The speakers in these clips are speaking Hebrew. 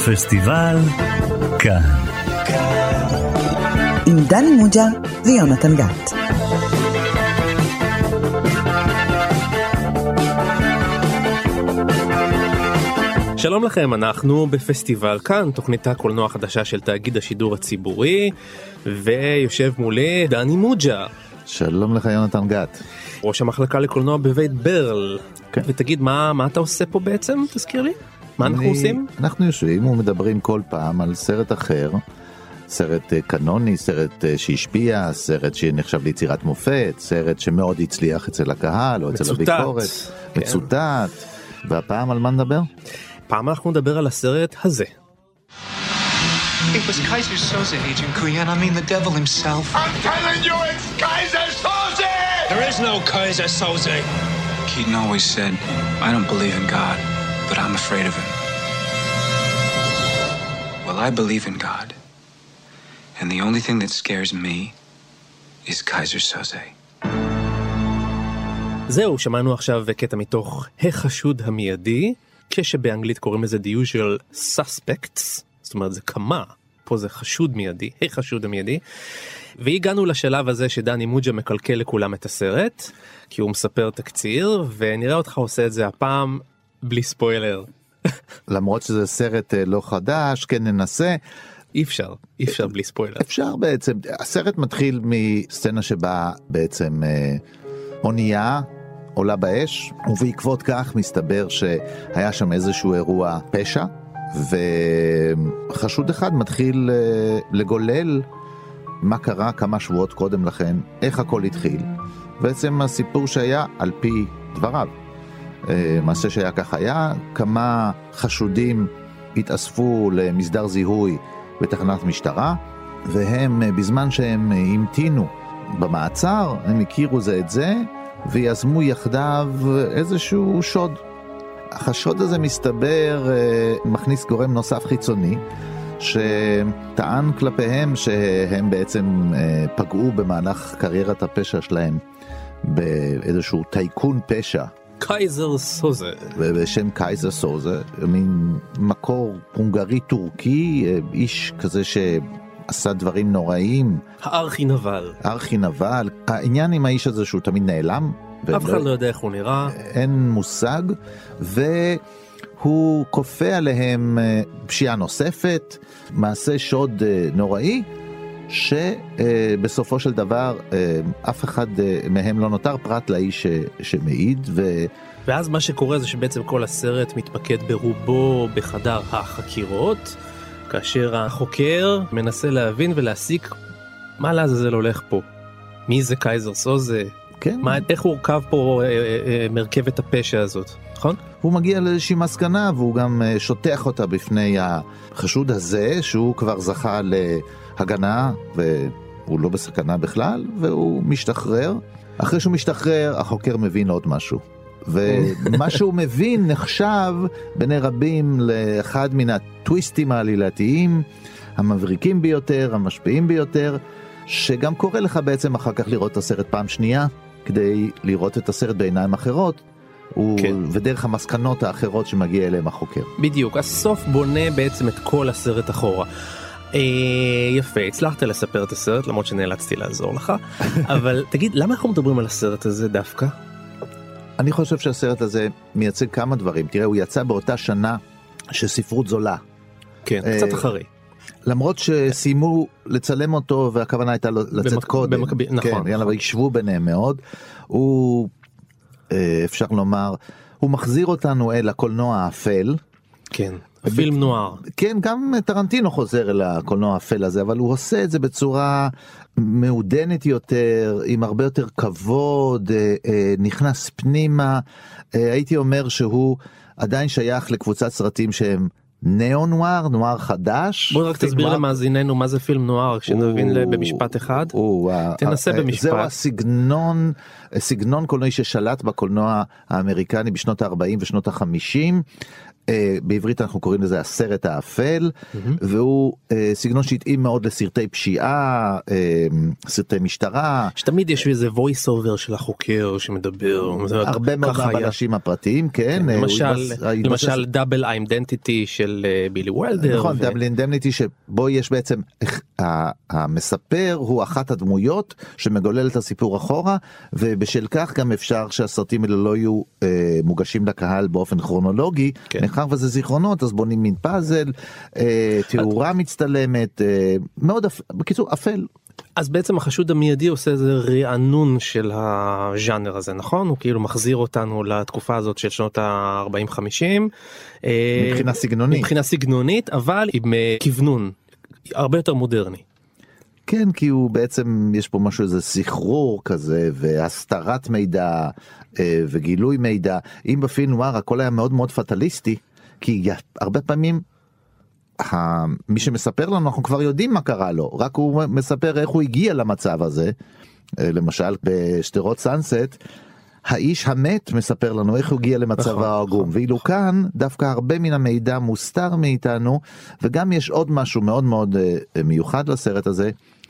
פסטיבל כאן. עם דני מוג'ה ויונתן גת. שלום לכם, אנחנו בפסטיבל כאן, תוכנית הקולנוע החדשה של תאגיד השידור הציבורי, ויושב מולי דני מוג'ה. שלום לך יונתן גת. ראש המחלקה לקולנוע בבית ברל. כן. ותגיד, מה אתה עושה פה בעצם? תזכיר לי. מה אנחנו עושים? אנחנו יושבים ומדברים כל פעם על סרט אחר, סרט קנוני, סרט שהשפיע, סרט שנחשב ליצירת מופת, סרט שמאוד הצליח אצל הקהל או אצל הביקורת. כן. מצוטט. והפעם על מה נדבר? פעם אנחנו נדבר על הסרט הזה. It was Kaiser Soze, Agent Kuyan. I mean the devil himself. I'm telling you, it's Kaiser Soze! There is no Kaiser Soze. Keaton always said, I don't believe in God, but I'm afraid of him. Well, I believe in God. And the only thing that scares me is Kaiser Soze. זהו, שמענו עכשיו קטע מתוך החשוד המיידי, כשבאנגלית קוראים לזה the usual suspects, זאת אומרת זה כמה, פה זה חשוד מיידי, החשוד המיידי, והגענו לשלב הזה שדני מוג'ה מקלקל לכולם את הסרט, כי הוא מספר תקציר, ונראה אותך עושה את זה הפעם בלי ספוילר. למרות שזה סרט לא חדש, כן ננסה. אי אפשר בלי ספוילר. אפשר בעצם, הסרט מתחיל מסצנה שבה בעצם אונייה עולה באש, ובעקבות כך מסתבר שהיה שם איזשהו אירוע פשע, וחשוד אחד מתחיל לגולל מה קרה כמה שבועות קודם לכן, איך הכל התחיל. בעצם הסיפור שהיה על פי דבריו. מעשה שהיה כך היה, כמה חשודים התאספו למסדר זיהוי בתחנת משטרה, והם בזמן שהם המתינו במעצר, הם הכירו זה את זה, ויזמו יחדיו איזשהו שוד. החשוד הזה מסתבר מכניס גורם נוסף חיצוני, שטען כלפיהם שהם בעצם פגעו במהלך קריירת הפשע שלהם באיזשהו טייקון פשע. קייזר סוזה. בשם קייזר סוזה, מין מקור הונגרי-טורקי, איש כזה שעשה דברים נוראיים. הארכי נבל. הארכי נבל. העניין עם האיש הזה שהוא תמיד נעלם. אף אחד לא יודע איך הוא נראה. אין מושג, והוא כופה עליהם פשיעה נוספת, מעשה שוד נוראי, שבסופו של דבר אף אחד מהם לא נותר פרט לאיש שמעיד. ואז מה שקורה זה שבעצם כל הסרט מתמקד ברובו בחדר החקירות, כאשר החוקר מנסה להבין ולהסיק מה לעזאזל הולך פה. מי זה קייזר סוזה? כן. איך הוא הורכב פה מרכבת הפשע הזאת, נכון? הוא מגיע לאיזושהי מסקנה, והוא גם שוטח אותה בפני החשוד הזה, שהוא כבר זכה להגנה, והוא לא בסכנה בכלל, והוא משתחרר. אחרי שהוא משתחרר, החוקר מבין עוד משהו. ומה שהוא מבין נחשב בני רבים לאחד מן הטוויסטים העלילתיים, המבריקים ביותר, המשפיעים ביותר, שגם קורא לך בעצם אחר כך לראות את הסרט פעם שנייה, כדי לראות את הסרט בעיניים אחרות, כן. ודרך המסקנות האחרות שמגיע אליהם החוקר. בדיוק, הסוף בונה בעצם את כל הסרט אחורה. יפה, הצלחת לספר את הסרט, למרות שנאלצתי לעזור לך, אבל תגיד, למה אנחנו מדברים על הסרט הזה דווקא? אני חושב שהסרט הזה מייצג כמה דברים. תראה, הוא יצא באותה שנה שספרות זולה. כן, קצת אחרי. למרות שסיימו לצלם אותו, והכוונה הייתה לצאת קודם. נכון. כן, אבל ישבו ביניהם מאוד. הוא, אפשר לומר, הוא מחזיר אותנו אל הקולנוע האפל. כן, פילם נואר. כן, גם טרנטינו חוזר אל הקולנוע האפל הזה, אבל הוא עושה את זה בצורה מעודנת יותר, עם הרבה יותר כבוד, נכנס פנימה. הייתי אומר שהוא עדיין שייך לקבוצת סרטים שהם נאו-נואר, נואר חדש. בוא רק תסביר למאזיננו מה זה פילם נואר, כשנבין במשפט אחד. תנסה במשפט. זהו הסגנון קולנועי ששלט בקולנוע האמריקני בשנות ה-40 ושנות ה-50, בעברית אנחנו קוראים לזה הסרט האפל, והוא סגנון שהתאים מאוד לסרטי פשיעה, סרטי משטרה. שתמיד יש איזה voice over של החוקר שמדבר. הרבה מאוד מהבלשים הפרטיים, כן. למשל דאבל אידנטיטי של בילי וולדר. נכון, דאבל אידנטיטי שבו יש בעצם, המספר הוא אחת הדמויות שמגולל את הסיפור אחורה, ובשל כך גם אפשר שהסרטים האלה לא יהיו מוגשים לקהל באופן כרונולוגי, מאחר וזה זיכרונות, אז בונים מין פאזל, תאורה מצטלמת, מאוד, בקיצור, אפל. אז בעצם החשוד המיידי עושה איזה רענון של הז'אנר הזה, נכון? הוא כאילו מחזיר אותנו לתקופה הזאת של שנות ה-40-50. מבחינה סגנונית. מבחינה סגנונית, אבל עם כיוונון הרבה יותר מודרני. כן, כי הוא בעצם, יש פה משהו, איזה סחרור כזה, והסתרת מידע, וגילוי מידע. אם בפילם נואר הכל היה מאוד מאוד פטליסטי, כי הרבה פעמים, מי שמספר לנו, אנחנו כבר יודעים מה קרה לו, רק הוא מספר איך הוא הגיע למצב הזה. למשל, בשדרות סאנסט, האיש המת מספר לנו איך הוא הגיע למצב העגום, ואילו כאן דווקא הרבה מן המידע מוסתר מאיתנו, וגם יש עוד משהו מאוד מאוד מיוחד לסרט הזה.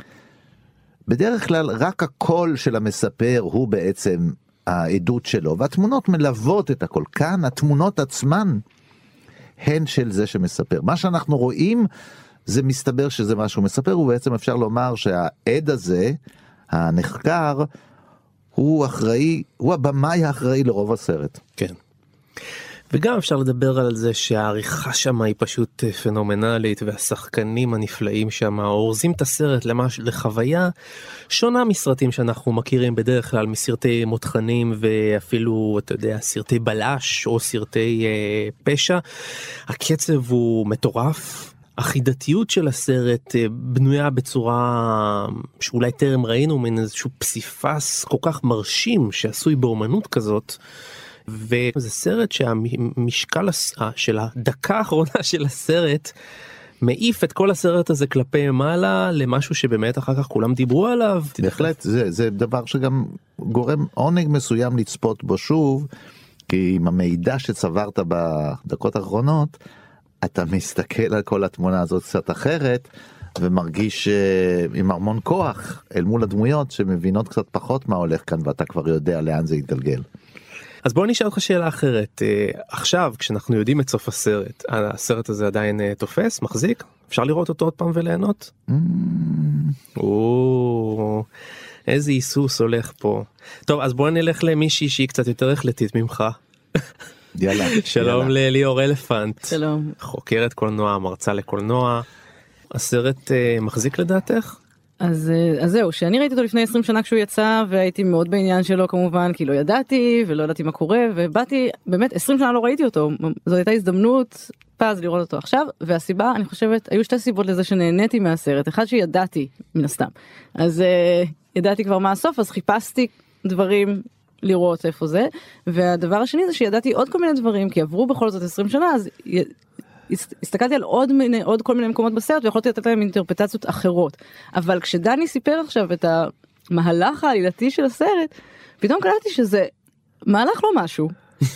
בדרך כלל רק הקול של המספר הוא בעצם העדות שלו, והתמונות מלוות את הכל. כאן התמונות עצמן הן של זה שמספר. מה שאנחנו רואים, זה מסתבר שזה מה שהוא מספר, ובעצם אפשר לומר שהעד הזה, הנחקר, הוא אחראי, הוא הבמאי האחראי לרוב הסרט. כן. וגם אפשר לדבר על זה שהעריכה שם היא פשוט פנומנלית, והשחקנים הנפלאים שם אורזים את הסרט לחוויה שונה מסרטים שאנחנו מכירים בדרך כלל, מסרטי מותחנים ואפילו, אתה יודע, סרטי בלש או סרטי פשע. הקצב הוא מטורף. החידתיות של הסרט בנויה בצורה שאולי טרם ראינו, מן איזשהו פסיפס כל כך מרשים שעשוי באומנות כזאת, וזה סרט שהמשקל של הדקה האחרונה של הסרט מעיף את כל הסרט הזה כלפי מעלה למשהו שבאמת אחר כך כולם דיברו עליו. בהחלט, זה דבר שגם גורם עונג מסוים לצפות בו שוב, כי עם המידע שצברת בדקות האחרונות, אתה מסתכל על כל התמונה הזאת קצת אחרת, ומרגיש עם המון כוח אל מול הדמויות שמבינות קצת פחות מה הולך כאן, ואתה כבר יודע לאן זה יתגלגל. אז בוא נשאל אותך שאלה אחרת. עכשיו, כשאנחנו יודעים את סוף הסרט, הסרט הזה עדיין תופס, מחזיק? אפשר לראות אותו עוד פעם וליהנות? איזה היסוס הולך פה. טוב, אז בוא נלך למישהי שהיא קצת יותר החלטית ממך. יאללה. שלום לליאור אלפנט. שלום. חוקרת קולנוע, מרצה לקולנוע. הסרט מחזיק לדעתך? אז זהו, שאני ראיתי אותו לפני 20 שנה כשהוא יצא, והייתי מאוד בעניין שלו כמובן, כי לא ידעתי ולא ידעתי מה קורה, ובאתי, באמת 20 שנה לא ראיתי אותו, זו הייתה הזדמנות פז לראות אותו עכשיו, והסיבה, אני חושבת, היו שתי סיבות לזה שנהניתי מהסרט, אחד שידעתי, מן הסתם, אז ידעתי כבר מה הסוף, אז חיפשתי דברים לראות איפה זה, והדבר השני זה שידעתי עוד כל מיני דברים, כי עברו בכל זאת 20 שנה, אז הסתכלתי על עוד כל מיני מקומות בסרט, ויכולתי לתת להם אינטרפטציות אחרות. אבל כשדני סיפר עכשיו את המהלך העלילתי של הסרט, פתאום קלטתי שזה מהלך לא משהו.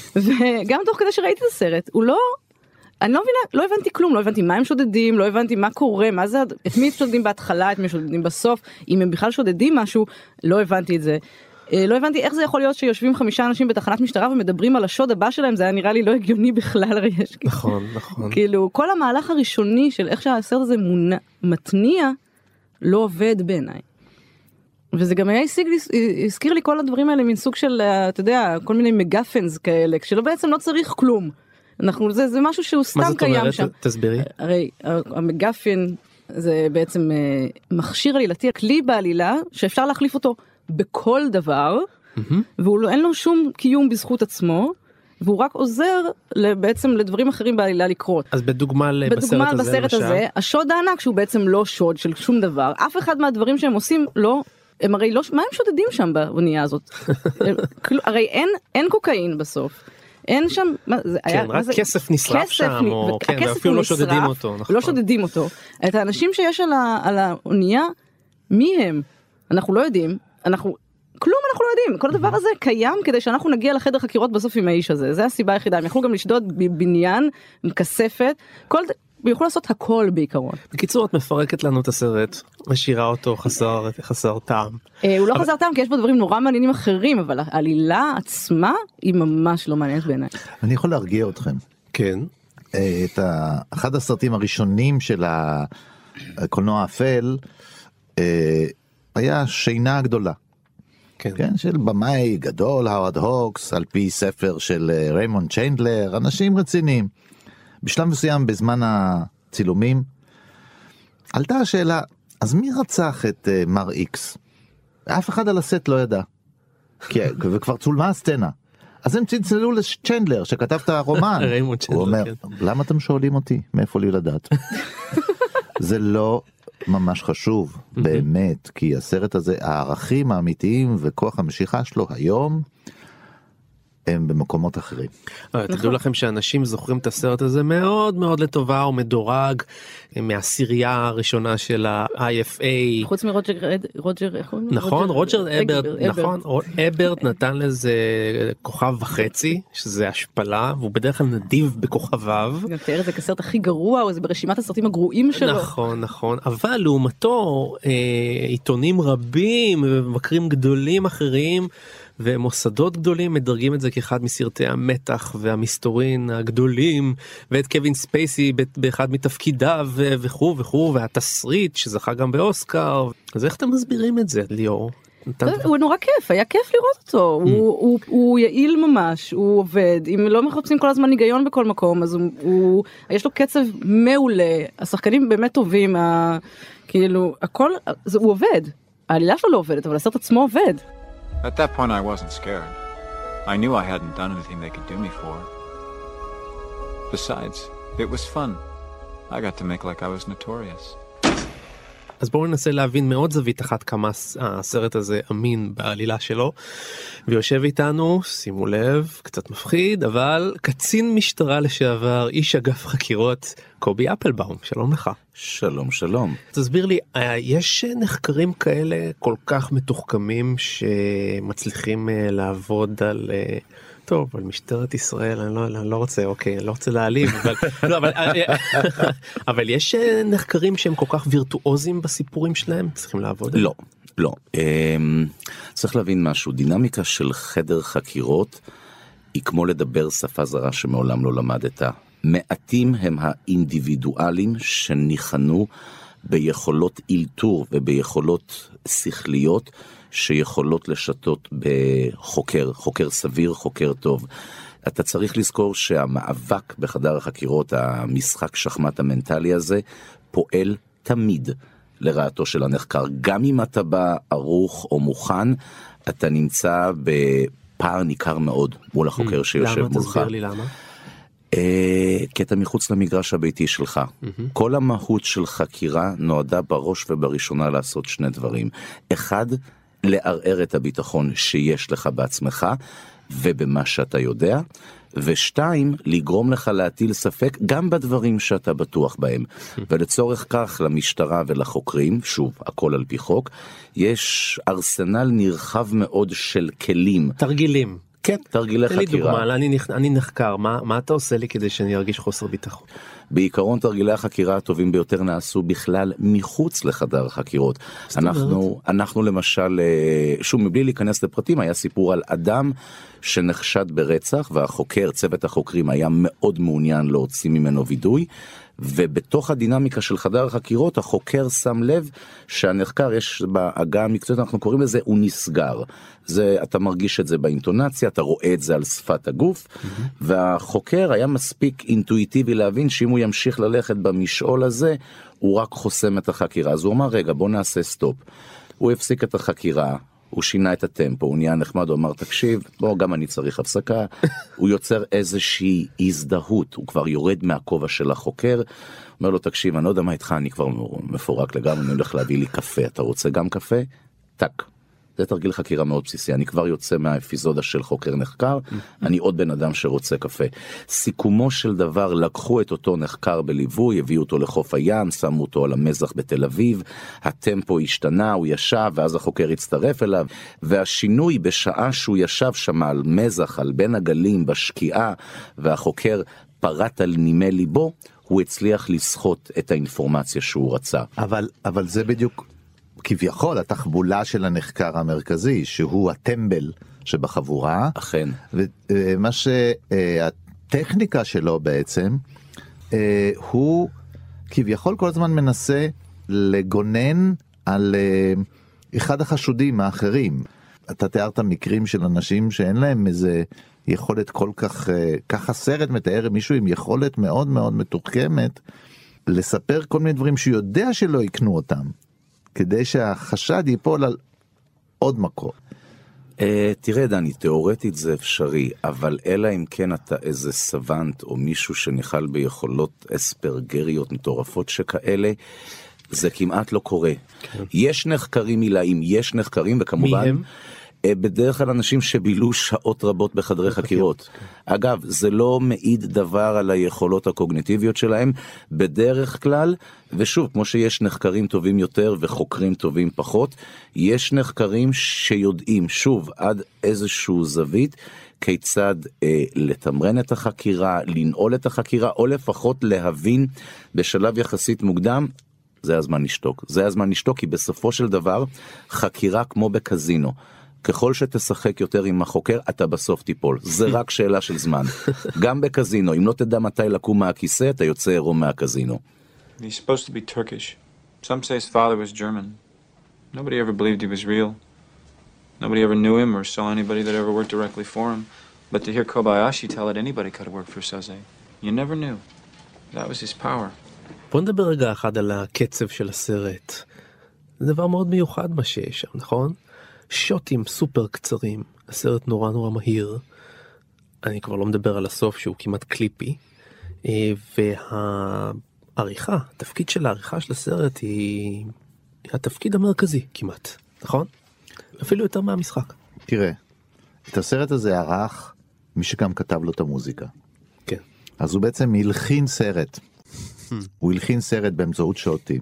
וגם תוך כדי שראיתי את הסרט, הוא אני לא מבינה, לא הבנתי כלום, לא הבנתי מה הם שודדים, לא הבנתי מה קורה, מה זה, את מי שודדים בהתחלה, את מי שודדים בסוף, אם הם בכלל שודדים משהו, לא הבנתי את זה. לא הבנתי איך זה יכול להיות שיושבים 5 אנשים בתחנת משטרה ומדברים על השוד הבא שלהם, זה היה נראה לי לא הגיוני בכלל. נכון, נכון. כאילו, כל המהלך הראשוני של איך שהסרט הזה מתניע, לא עובד בעיניי. וזה גם היה הזכיר לי כל הדברים האלה, מן סוג של, אתה יודע, כל מיני מגפנס כאלה, כשלא בעצם לא צריך כלום. זה משהו שהוא סתם קיים שם. מה זאת אומרת? תסבירי. הרי, המגפן זה בעצם מכשיר עלילתי, כלי בעלילה, שאפשר להחליף אותו בכל דבר, ואין לו שום קיום בזכות עצמו, והוא רק עוזר בעצם לדברים אחרים בעלילה לקרות. אז בדוגמה בסרט הזה, השוד הענק שהוא בעצם לא שוד של שום דבר, אף אחד מהדברים שהם עושים לא, הם הרי לא, מה הם שודדים שם באונייה הזאת? הרי אין קוקאין בסוף. אין שם, כן, רק כסף נשרף שם, ואפילו לא שודדים אותו. לא שודדים אותו. את האנשים שיש על האונייה, מי הם? אנחנו לא יודעים. כלום אנחנו לא יודעים, כל הדבר הזה קיים כדי שאנחנו נגיע לחדר חקירות בסוף עם האיש הזה, זה הסיבה היחידה, הם יכלו גם לשדוד בבניין, עם כספת, ויוכלו לעשות הכל בעיקרון. בקיצור, את מפרקת לנו את הסרט, משאירה אותו חסר טעם. הוא לא חסר טעם כי יש בו דברים נורא מעניינים אחרים, אבל העלילה עצמה היא ממש לא מעניינת בעיניי. אני יכול להרגיע אתכם. כן. אחד הסרטים הראשונים של הקולנוע האפל, היה שינה גדולה. כן, של במאי גדול, האוורד הוקס, על פי ספר של ריימונד צ'יינדלר, אנשים רציניים. בשלב מסוים בזמן הצילומים, עלתה השאלה, אז מי רצח את מר איקס? אף אחד על הסט לא ידע. וכבר צולמה הסצנה. אז הם צלצלו לצ'נדלר שכתב את הרומן. הוא אומר, למה אתם שואלים אותי? מאיפה לי לדעת? זה לא ממש חשוב, באמת, כי הסרט הזה, הערכים האמיתיים וכוח המשיכה שלו היום, הם במקומות אחרים. תדעו לכם שאנשים זוכרים את הסרט הזה מאוד מאוד לטובה, הוא מדורג מהסירייה הראשונה של ה-IFA. חוץ מרוג'ר, נכון, רוג'ר אברט נתן לזה 1.5, שזה השפלה, והוא בדרך כלל נדיב בכוכביו. תראה, זה כסרט הכי גרוע, או זה ברשימת הסרטים הגרועים שלו. נכון, אבל לעומתו, עיתונים רבים ומבקרים גדולים אחרים, ומוסדות גדולים מדרגים את זה כאחד מסרטי המתח והמסתורין הגדולים, ואת קווין ספייסי באחד מתפקידיו וכו', והתסריט שזכה גם באוסקר. אז איך אתם מסבירים את זה, ליאור? הוא נורא כיף, היה כיף לראות אותו, הוא יעיל ממש, הוא עובד, אם לא מחפשים כל הזמן ניגיון בכל מקום, אז יש לו קצב מעולה, השחקנים באמת טובים, כאילו, הכל, הוא עובד, העלילה שלו לא עובדת, אבל הסרט עצמו עובד. At that point, I wasn't scared. I knew I hadn't done anything they could do me for. Besides, it was fun. I got to make like I was notorious. אז בואו ננסה להבין מאוד זווית אחת כמה הסרט הזה אמין בעלילה שלו. ויושב איתנו, שימו לב, קצת מפחיד, אבל קצין משטרה לשעבר, איש אגף חקירות, קובי אפלבאום. שלום לך. שלום. תסביר לי, יש נחקרים כאלה כל כך מתוחכמים שמצליחים לעבוד על... טוב, על משטרת ישראל, אני לא רוצה, אוקיי, אני לא רוצה להעליב, אבל יש נחקרים שהם כל כך וירטואוזים בסיפורים שלהם, צריכים לעבוד? לא. צריך להבין משהו, דינמיקה של חדר חקירות היא כמו לדבר שפה זרה שמעולם לא למדת. מעטים הם האינדיבידואלים שניחנו ביכולות אילתור וביכולות שכליות, שיכולות לשתות בחוקר, חוקר סביר, חוקר טוב. אתה צריך לזכור שהמאבק בחדר החקירות, המשחק שחמט המנטלי הזה, פועל תמיד לרעתו של הנחקר. גם אם אתה בא ערוך או מוכן, אתה נמצא בפער ניכר מאוד מול החוקר שיושב מולך. למה? תסביר לי למה. כי אתה מחוץ למגרש הביתי שלך. כל המהות של חקירה נועדה בראש ובראשונה לעשות שני דברים. אחד, לערער את הביטחון שיש לך בעצמך ובמה שאתה יודע, ושתיים, לגרום לך להטיל ספק גם בדברים שאתה בטוח בהם. ולצורך כך למשטרה ולחוקרים, שוב, הכל על פי חוק, יש ארסנל נרחב מאוד של כלים. תרגילים. כן, תרגילי חקירה. תן לי דוגמה, אני נחקר, מה אתה עושה לי כדי שאני ארגיש חוסר ביטחון? בעיקרון תרגילי החקירה הטובים ביותר נעשו בכלל מחוץ לחדר החקירות. אנחנו למשל, שוב מבלי להיכנס לפרטים, היה סיפור על אדם שנחשד ברצח, והחוקר, צוות החוקרים היה מאוד מעוניין להוציא ממנו וידוי, ובתוך הדינמיקה של חדר החקירות, החוקר שם לב שהנחקר, יש בהגה המקצועית, אנחנו קוראים לזה, הוא נסגר. אתה מרגיש את זה באינטונציה, אתה רואה את זה על שפת הגוף, והחוקר היה מספיק אינטואיטיבי להבין שאם הוא ימשיך ללכת במשעול הזה, הוא רק חוסם את החקירה. אז הוא אמר, רגע, בוא נעשה סטופ. הוא הפסיק את החקירה, הוא שינה את הטמפו, הוא נהיה נחמד, הוא אמר, תקשיב, בוא, גם אני צריך הפסקה. הוא יוצר איזושהי הזדהות, הוא כבר יורד מהכובע של החוקר, אומר לו, תקשיב, אני לא יודע מה איתך, אני כבר מפורק לגמרי, אני הולך להביא לי קפה, אתה רוצה גם קפה? טק. זה תרגיל חקירה מאוד בסיסי, אני כבר יוצא מהאפיזודה של חוקר נחקר, אני עוד בן אדם שרוצה קפה. סיכומו של דבר, לקחו את אותו נחקר בליווי, הביאו אותו לחוף הים, שמו אותו על המזח בתל אביב, הטמפו השתנה, הוא ישב, ואז החוקר הצטרף אליו, והשינוי בשעה שהוא ישב שם על מזח, על בין הגלים, בשקיעה, והחוקר פרט על נימי ליבו, הוא הצליח לסחוט את האינפורמציה שהוא רצה. אבל זה בדיוק כביכול התחבולה של הנחקר המרכזי, שהוא הטמבל שבחבורה. אכן. ומה שהטכניקה שלו בעצם, הוא כביכול כל הזמן מנסה לגונן על אחד החשודים האחרים. אתה תיארת מקרים של אנשים שאין להם איזה יכולת כל כך, ככה סרט מתאר מישהו עם יכולת מאוד מאוד מתוחכמת, לספר כל מיני דברים שיודע שלא יקנו אותם, כדי שהחשד ייפול על עוד מקום. תראה דני, תיאורטית זה אפשרי, אבל אלא אם כן אתה איזה סוונט או מישהו שניחל ביכולות אספרגריות מטורפות שכאלה, זה כמעט לא קורה. כן. יש נחקרים מילאים, יש נחקרים, וכמובן מי הם? בדרך כלל אנשים שבילו שעות רבות בחדרי חקירות. כן. אגב, זה לא מעיד דבר על היכולות הקוגניטיביות שלהם, בדרך כלל, ושוב, כמו שיש נחקרים טובים יותר וחוקרים טובים פחות, יש נחקרים שיודעים, שוב, עד איזשהו זווית, כיצד לתמרן את החקירה, לנעול את החקירה, או לפחות להבין בשלב יחסית מוקדם, זה הזמן לשתוק. זה הזמן לשתוק, כי בסופו של דבר, חקירה כמו בקזינו, ככל שתשחק יותר עם החוקר, אתה בסוף תיפול. זה רק שאלה של זמן. גם בקזינו, אם לא תדע מתי לקום מהכיסא, אתה יוצא עירום מהקזינו. He's supposed to be Turkish. Some say his father was German. Nobody ever believed he was real. Nobody ever knew him or saw anybody that ever worked directly for him. But to hear Kobayashi tell that anybody could have worked for Soze, you never knew. That was his power. בוא נדבר רגע אחד על הקצב של הסרט. זה דבר מאוד מיוחד מה שיש שם, נכון? שוטים סופר קצרים, הסרט נורא נורא מהיר, אני כבר לא מדבר על הסוף שהוא כמעט קליפי, והעריכה, התפקיד של העריכה של הסרט היא התפקיד המרכזי כמעט, נכון? אפילו יותר מהמשחק. תראה, את הסרט הזה ערך מי שגם כתב לו את המוזיקה. כן. אז הוא בעצם הלחין סרט. הוא הלחין סרט באמצעות שוטים.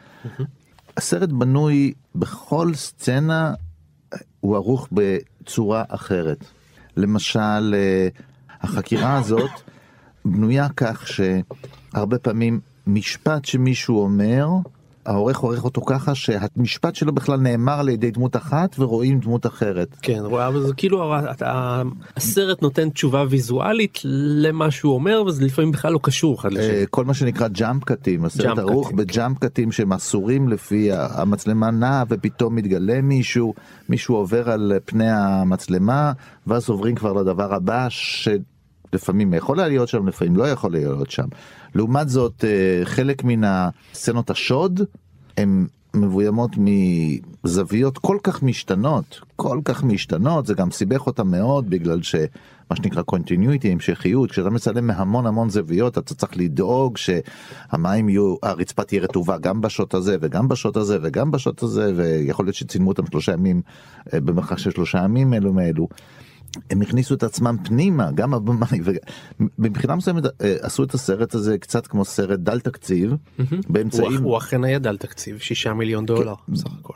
הסרט בנוי בכל סצנה, הוא ערוך בצורה אחרת. למשל, החקירה הזאת בנויה כך שהרבה פעמים משפט שמישהו אומר, העורך עורך אותו ככה שהמשפט שלו בכלל נאמר על ידי דמות אחת ורואים דמות אחרת. כן, אבל זה כאילו הסרט נותן תשובה ויזואלית למה שהוא אומר, וזה לפעמים בכלל לא קשור אחד לשני. כל מה שנקרא ג'אמפ קטים, הסרט ערוך בג'אמפ קטים שהם אסורים לפי המצלמה נעה ופתאום מתגלה מישהו עובר על פני המצלמה, ואז עוברים כבר לדבר הבא לפעמים יכול להיות שם, לפעמים לא יכול להיות שם. לעומת זאת, חלק מן הסצנות השוד, הן מבוימות מזוויות כל כך משתנות, זה גם סיבך אותה מאוד, בגלל שמה שנקרא continuity, המשכיות, כשאתה מצלם מהמון המון זוויות, אתה צריך לדאוג שהמים יהיו, הרצפה תהיה רטובה גם בשוט הזה, וגם בשוט הזה, וגם בשוט הזה, ויכול להיות שצילמו אותם 3 ימים, במרחק של 3 ימים אלו. הם הכניסו את עצמם פנימה, גם הבמאי, ובבחינה מסוימת עשו את הסרט הזה קצת כמו סרט דל תקציב, באמצעים... הוא אכן היה דל תקציב, $6 מיליון בסך הכל.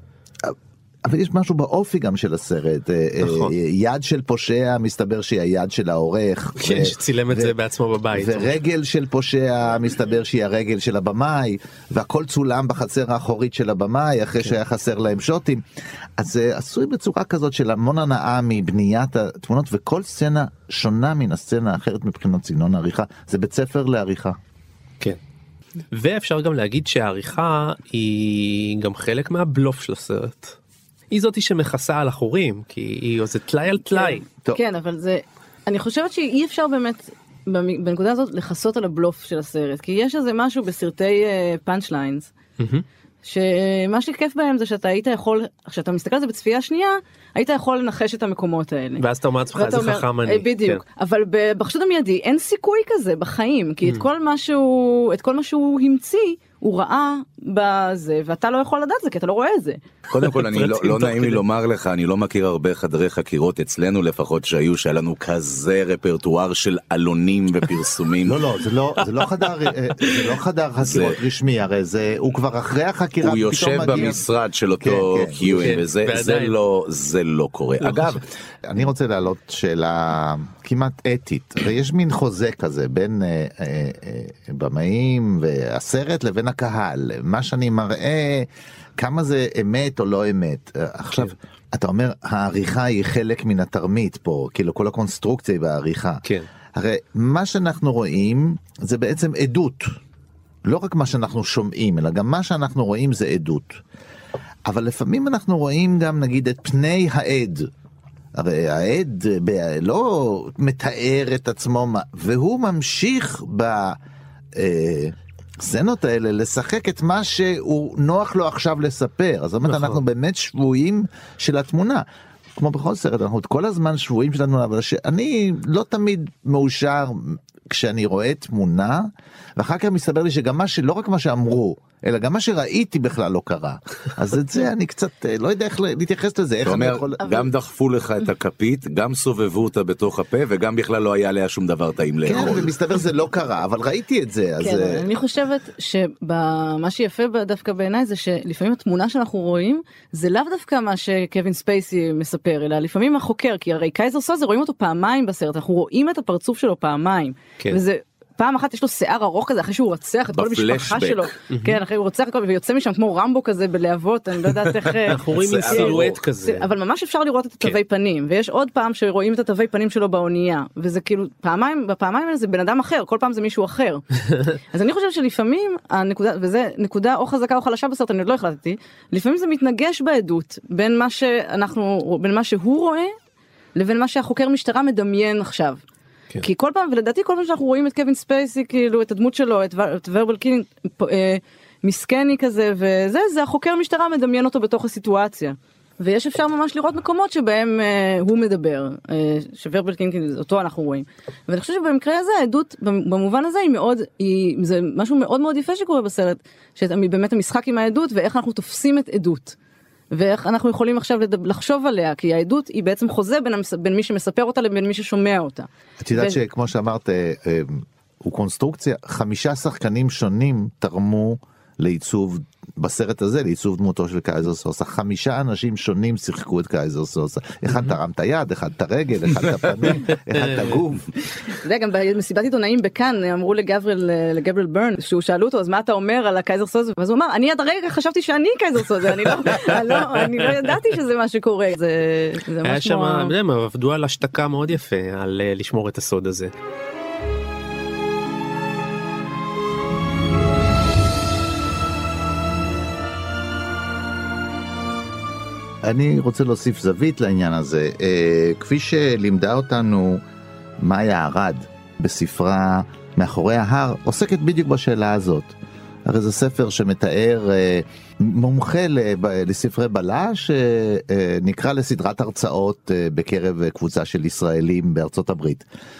אבל יש משהו באופי גם של הסרט, יד של פושע מסתבר שהיא היד של העורך, כן, שצילם את זה בעצמו בבית, ורגל של פושע מסתבר שהיא הרגל של הבמאי, והכל צולם בחצר האחורית של הבמאי אחרי שהיה חסר להם שוטים. אז זה עשוי בצורה כזאת של המון הנאה מבניית התמונות, וכל סצנה שונה מן הסצנה האחרת מבחינת סגנון העריכה. זה בית ספר לעריכה. כן. ואפשר גם להגיד שהעריכה היא גם חלק מהבלוף של הסרט. היא זאתי שמכסה על החורים, כי היא עושה טלאי על טלאי. כן, אבל זה, אני חושבת שאי אפשר באמת, בנקודה הזאת, לחסות על הבלוף של הסרט, כי יש איזה משהו בסרטי פאנץ' ליינס, שמה שכיף בהם זה שאתה היית יכול, כשאתה מסתכל על זה בצפייה שנייה, היית יכול לנחש את המקומות האלה. ואז אתה אומר לעצמך, איזה חכם אני. בדיוק, אבל בחשוד המיידי אין סיכוי כזה בחיים, כי את כל מה שהוא המציא, הוא ראה בזה, ואתה לא יכול לדעת זה, כי אתה לא רואה את זה. קודם כל, אני לא נעים לי לומר לך, אני לא מכיר הרבה חדרי חקירות אצלנו לפחות שהיה לנו כזה רפרטואר של עלונים ופרסומים. לא, זה לא חדר חקירות רשמי, הרי הוא כבר אחרי החקירה. הוא יושב במשרד של אותו קיואן, וזה לא קורה. אגב, אני רוצה להעלות שאלה כמעט אתית, ויש מין חוזה כזה בין במאים והסרט לבין הקהל, מה שאני מראה, כמה זה אמת או לא אמת. עכשיו, אתה אומר, העריכה היא חלק מן התרמית פה, כאילו כל הקונסטרוקציה היא בעריכה. כן. הרי מה שאנחנו רואים זה בעצם עדות, לא רק מה שאנחנו שומעים, אלא גם מה שאנחנו רואים זה עדות. אבל לפעמים אנחנו רואים גם נגיד את פני העד, הרי העד לא מתאר את עצמו, והוא ממשיך בסצנות האלה לשחק את מה שהוא נוח לו עכשיו לספר. אז זאת אומרת, אנחנו באמת שבויים של התמונה. כמו בכל סרט, אנחנו כל הזמן שבויים של התמונה, אבל אני לא תמיד מאושר כשאני רואה תמונה, ואחר כך מסתבר לי שגם לא רק מה שאמרו, אלא גם מה שראיתי בכלל לא קרה. אז את זה אני קצת לא יודע איך להתייחס לזה. זאת אומרת, גם דחפו לך את הכפית, גם סובבו אותה בתוך הפה, וגם בכלל לא היה עליה שום דבר טעים לאכול. כן, ומסתבר זה לא קרה, אבל ראיתי את זה. כן, אני חושבת שמה שיפה דווקא בעיניי זה שלפעמים התמונה שאנחנו רואים, זה לאו דווקא מה שקווין ספייסי מספר, אלא לפעמים החוקר, כי הרי קייזר סוזה רואים אותו פעמיים בסרט, אנחנו רואים את הפרצוף שלו פעמיים, וזה פעם אחת יש לו שיער ארוך כזה אחרי שהוא רצח את כל המשפחה שלו, כן, אחרי הוא רוצח את כל, ויוצא משם כמו רמבו כזה בלהבות, אני לא יודעת איך, אנחנו רואים סילואט כזה, אבל ממש אפשר לראות את התווי פנים, ויש עוד פעם שרואים את התווי פנים שלו באונייה, וזה כאילו בפעמיים האלה זה בן אדם אחר, כל פעם זה מישהו אחר. אז אני חושבת שלפעמים הנקודה, וזה נקודה או חזקה או חלשה בסרט, אני עוד לא החלטתי, לפעמים זה מתנגש בעדות בין מה שהוא רואה לבין מה שהחוקר משטרה מדמיין עכשיו. כי כל פעם, ולדעתי כל פעם שאנחנו רואים את קווין ספייסי, כאילו את הדמות שלו, את ורבל קינג, מסקני כזה, וזה, זה החוקר משטרה מדמיין אותו בתוך הסיטואציה. ויש אפשר ממש לראות מקומות שבהם הוא מדבר, שוורבל קינג, אותו אנחנו רואים. ואני חושבת שבמקרה הזה, העדות, במובן הזה, זה משהו מאוד מאוד יפה שקורה בסרט, שבאמת המשחק עם העדות, ואיך אנחנו תופסים את עדות. ואיך אנחנו יכולים עכשיו לחשוב עליה, כי העדות היא בעצם חוזה בין מי שמספר אותה לבין מי ששומע אותה. את יודעת שכמו שאמרת, הוא קונסטרוקציה, 5 שחקנים שונים תרמו לעיצוב, בסרט הזה, לעיצוב דמותו של קייזר סוסה. 5 אנשים שונים שיחקו את קייזר סוסה. אחד תרם את היד, אחד את הרגל, אחד את הפנים, אחד את הגוף. אתה יודע, גם במסיבת עיתונאים בכאן, אמרו לגבריאל ברן, שהוא שאלו אותו, אז מה אתה אומר על הקייזר סוסה? ואז הוא אמר, אני עד הרגע חשבתי שאני קייזר סוסה, אני לא ידעתי שזה מה שקורה. היה שם, הם עבדו על השתקה מאוד יפה, על לשמור את הסוד הזה. אני רוצה להוסיף זווית לעניין הזה, כפי שלימדה אותנו מאיה ארד בספרה מאחורי ההר, עוסקת בדיוק בשאלה הזאת. הרי זה ספר שמתאר מומחה לספרי בלש, שנקרא לסדרת הרצאות בקרב קבוצה של ישראלים בארצות הברית.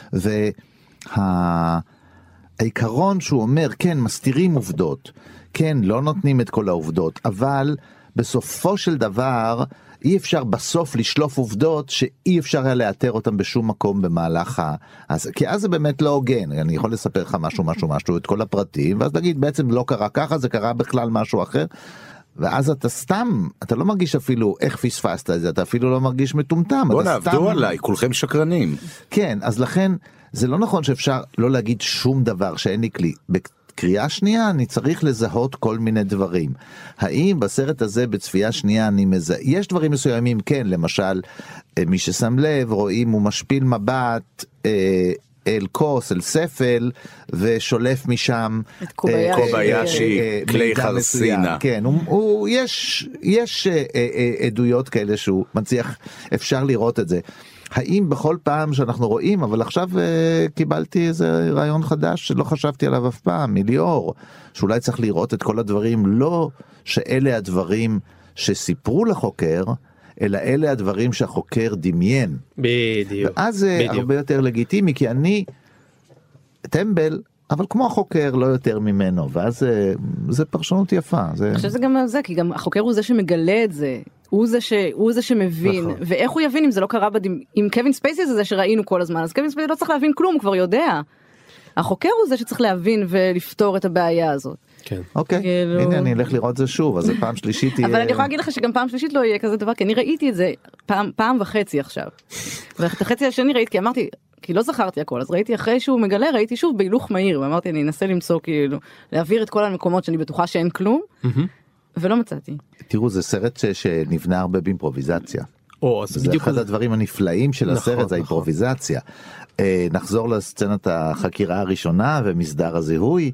והעיקרון שהוא אומר, כן, מסתירים עובדות, כן, לא נותנים את כל העובדות, אבל בסופו של דבר אי אפשר בסוף לשלוף עובדות שאי אפשר היה לאתר אותם בשום מקום במהלך כי אז זה באמת לא הוגן. אני יכול לספר לך משהו את כל הפרטים, ואז נגיד בעצם לא קרה ככה, זה קרה בכלל משהו אחר, ואז אתה לא מרגיש אפילו איך פספסת את זה, אתה אפילו לא מרגיש מטומטם. בוא נעבדו עליי, כולכם שקרנים. כן, אז לכן זה לא נכון שאפשר לא להגיד שום דבר שאין לי כלי. קריאה שנייה אני צריך לזהות כל מיני דברים. האם בסרט הזה בצפייה שנייה אני מזהה? יש דברים מסוימים, כן, למשל מי ששם לב רואים הוא משפיל מבט אל כוס, אל ספל, ושולף משם את קוביישי, כלי חרסינה. כן, יש עדויות כאלה שהוא מצליח, אפשר לראות את זה. האם בכל פעם שאנחנו רואים, אבל עכשיו קיבלתי איזה רעיון חדש שלא חשבתי עליו אף פעם, מליאור, שאולי צריך לראות את כל הדברים, לא שאלה הדברים שסיפרו לחוקר, אלא אלה הדברים שהחוקר דמיין. בדיוק. ואז זה הרבה יותר לגיטימי, כי טמבל אבל כמו החוקר לא יותר ממנו, ואז זה פרשנות יפה. אני חושב שזה גם זה, כי גם החוקר הוא זה שמגלה את זה, הוא זה שמבין, נכון. ואיך הוא יבין אם זה לא קרה עם קווין ספייסי זה שראינו כל הזמן, אז קווין ספייסי לא צריך להבין כלום, הוא כבר יודע. החוקר הוא זה שצריך להבין ולפתור את הבעיה הזאת. כן. אוקיי, הנה אני אלך לראות זה שוב, אז זה פעם שלישית תהיה... אבל אני יכולה להגיד לך שגם פעם שלישית לא יהיה כזה דבר, כי אני ראיתי את זה פעם וחצי עכשיו. ואת החצי השני ראיתי, כי אמרתי, כי לא זכרתי הכל, אז ראיתי אחרי שהוא מגלה, ראיתי שוב בהילוך מהיר, ואמרתי, אני אנסה למצוא כאילו, להעביר את כל המקומות שאני בטוחה שאין כלום, ולא מצאתי. תראו, זה סרט שנבנה הרבה באימפרוביזציה. זה אחד הדברים הנפלאים של הסרט, זה האימפרוביזציה. נחזור לסצנת החקירה הראשונה ומסדר הזיהוי.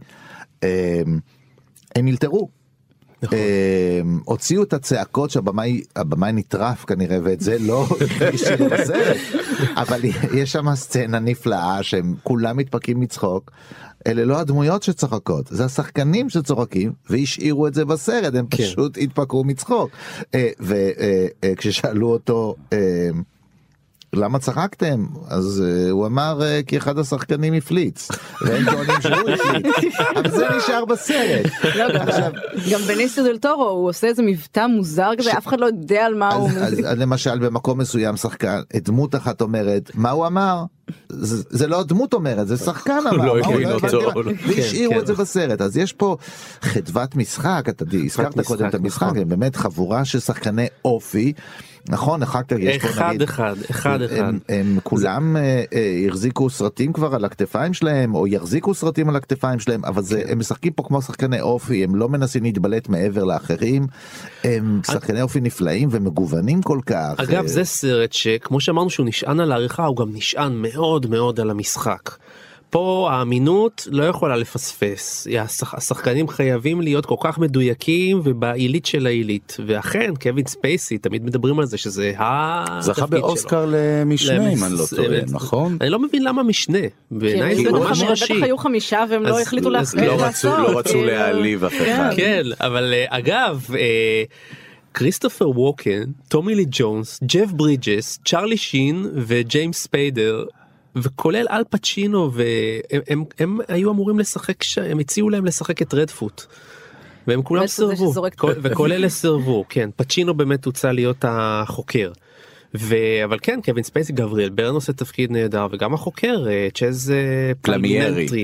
הם ילתרו. הוציאו את הצעקות שהבמאי נטרף כנראה, ואת זה לא השאירו בסרט, אבל יש שם סצנה נפלאה שהם כולם מתפקים מצחוק. אלה לא הדמויות שצוחקות, זה השחקנים שצוחקים, והשאירו את זה בסרט, הם פשוט התפקרו מצחוק. וכששאלו אותו למה צחקתם? אז הוא אמר כי אחד השחקנים הפליץ, והם טוענים שהוא הפליץ, אבל זה נשאר בסרט. גם בניסיו דל טורו הוא עושה איזה מבטא מוזר כזה, אף אחד לא יודע על מה הוא... אז למשל במקום מסוים שחקן, דמות אחת אומרת, מה הוא אמר? זה לא הדמות אומרת, זה שחקן אמר, והשאירו את זה בסרט. אז יש פה חדוות משחק, אתה הזכרת קודם את המשחק, הם באמת חבורה של שחקני אופי, נכון, אחר כך יש פה נגיד, אחד. הם כולם החזיקו סרטים כבר על הכתפיים שלהם, או יחזיקו סרטים על הכתפיים שלהם, אבל הם משחקים פה כמו שחקני אופי, הם לא מנסים להתבלט מעבר לאחרים, הם שחקני אופי נפלאים ומגוונים כל כך. אגב, זה סרט שכמו שאמרנו שהוא נשען על העריכה, הוא גם נשען מאוד מאוד על המשחק. פה האמינות לא יכולה לפספס, השחקנים חייבים להיות כל כך מדויקים ובעילית של העילית, ואכן קווין ספייסי תמיד מדברים על זה שזה זכה באוסקר למשנה אם אני לא טועה, נכון? אני לא מבין למה משנה, בעיניי זה ממש ראשי. בטח היו 5 והם לא החליטו לעשות. לא רצו להעליב אף אחד. כן, אבל אגב, כריסטופר ווקן, טומי לי ג'ונס, ג'ף ברידג'ס, צ'רלי שין וג'יימס ספיידר, וכולל אל פצ'ינו, והם היו אמורים לשחק, הם הציעו להם לשחק את רדפוט, והם כולם סרבו, וכל אלה סרבו, כן, פצ'ינו באמת הוצא להיות החוקר, אבל כן, קווין ספייסי, גבריאל ברן עושה תפקיד נהדר, וגם החוקר, צ'אז פלמינטרי,